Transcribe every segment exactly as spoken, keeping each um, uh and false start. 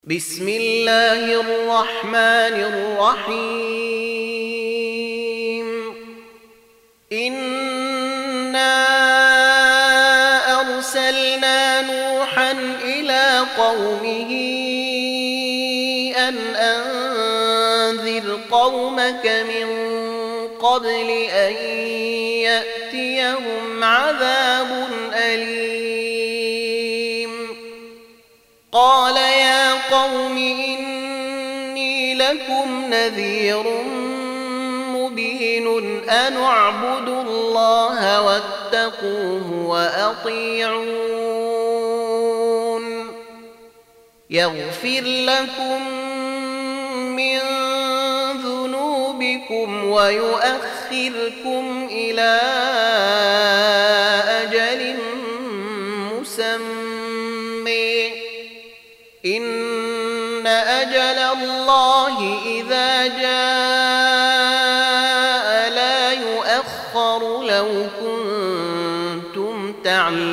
بسم الله الرحمن الرحيم إنا أرسلنا نوحا إلى قومه أن أنذر قومك من قبل أن يأتيهم عذاب أليم قال يا قوم إني لكم نذير مبين أن اعبدوا الله واتقوه وأطيعون يغفر لكم من ذنوبكم ويؤخركم إلى أجل مسمى إن أجل الله إذا جاء لا يؤخر لو كنتم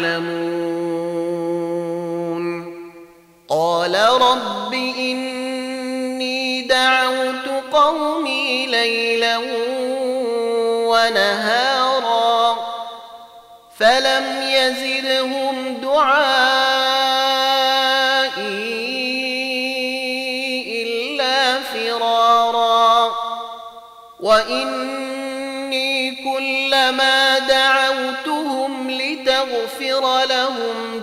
تعلمون قال رب إني دعوت قومي ليلا ونهارا فلم يزدهم دعائي وإني كلما دعوتهم لتغفر لهم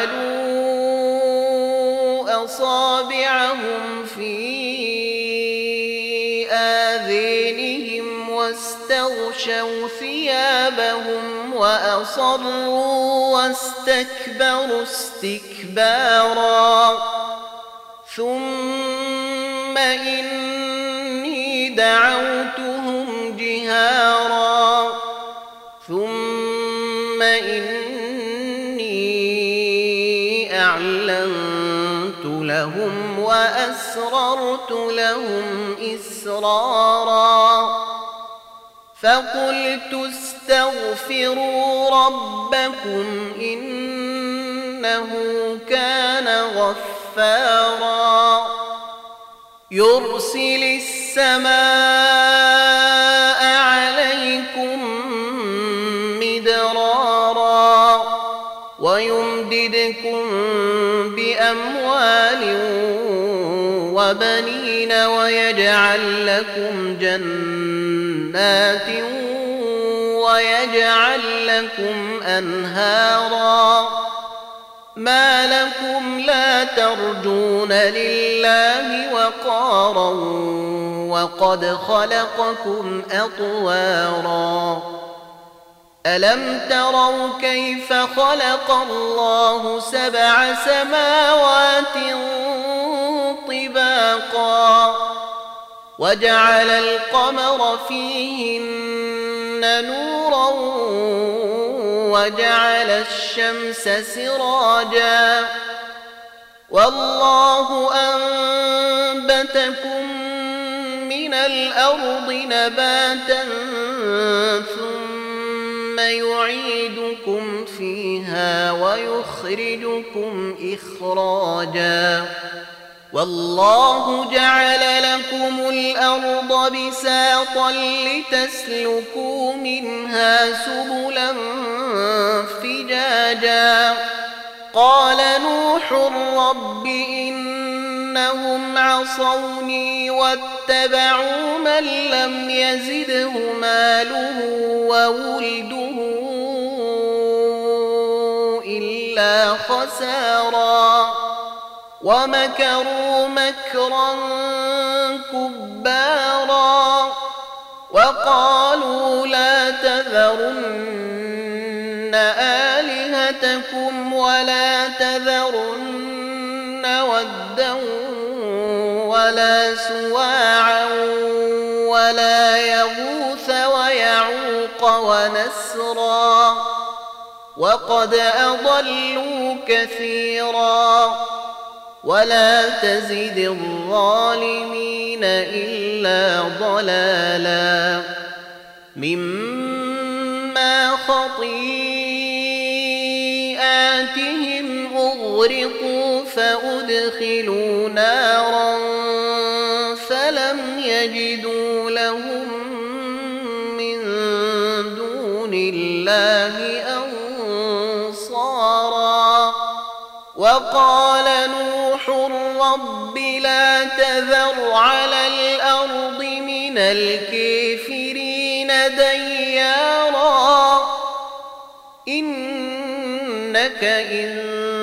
جعلوا أصابعهم في آذانهم واستغشوا ثيابهم وأصروا واستكبروا استكبارا ثم إني دعوتهم جهارا ثم إني أعلنت لهم وأسررت لهم إسرارا فقلت استغفروا ربكم إنه كان غفارا يرسل السماء عليكم مدرارا ويمددكم بأموال وبنين ويجعل لكم جنات ويجعل لكم أنهارا ما لكم لا ترجون لله وقارا وقد خلقكم أطوارا ألم تروا كيف خلق الله سبع سماوات طباقا وجعل القمر فيهن نورا وجعل الشمس سراجا والله أنبتكم من الأرض نباتا ثم يعيدكم فيها ويخرجكم إخراجا والله جعل لكم الأرض بساطا لتسلكوا منها سبلا فجاجا قال نوح رب إنهم عصوني واتبعوا من لم يزده ماله وولده إلا خسارا ومكروا مكرا كبارا وقالوا لا تذرن آلهتكم ولا تذرن ودا ولا سواعا ولا يغوث ويعوق ونسرا وقد أضلوا كثيرا ولا تزد الظالمين إلا ضلالا مما خطيئاتهم أغرقوا فأدخلوا نارا فلم يجدوا لهم من دون الله أنصارا وقال نوح رب لا تذر على الأرض من الكافرين ديارا إنك إن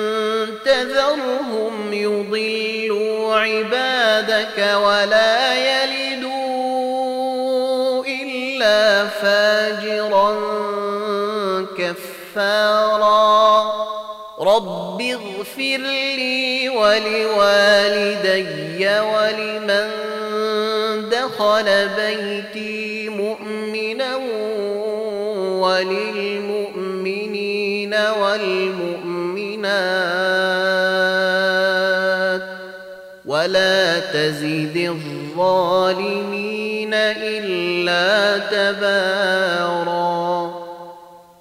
تذرهم يضلوا عبادك ولا يلدوا إلا فاجرا كفارا رب اغفر لي ولوالدي ولمن دخل بيتي مؤمنا وللمؤمنين والمؤمنات ولا تزد الظالمين إلا تباراً.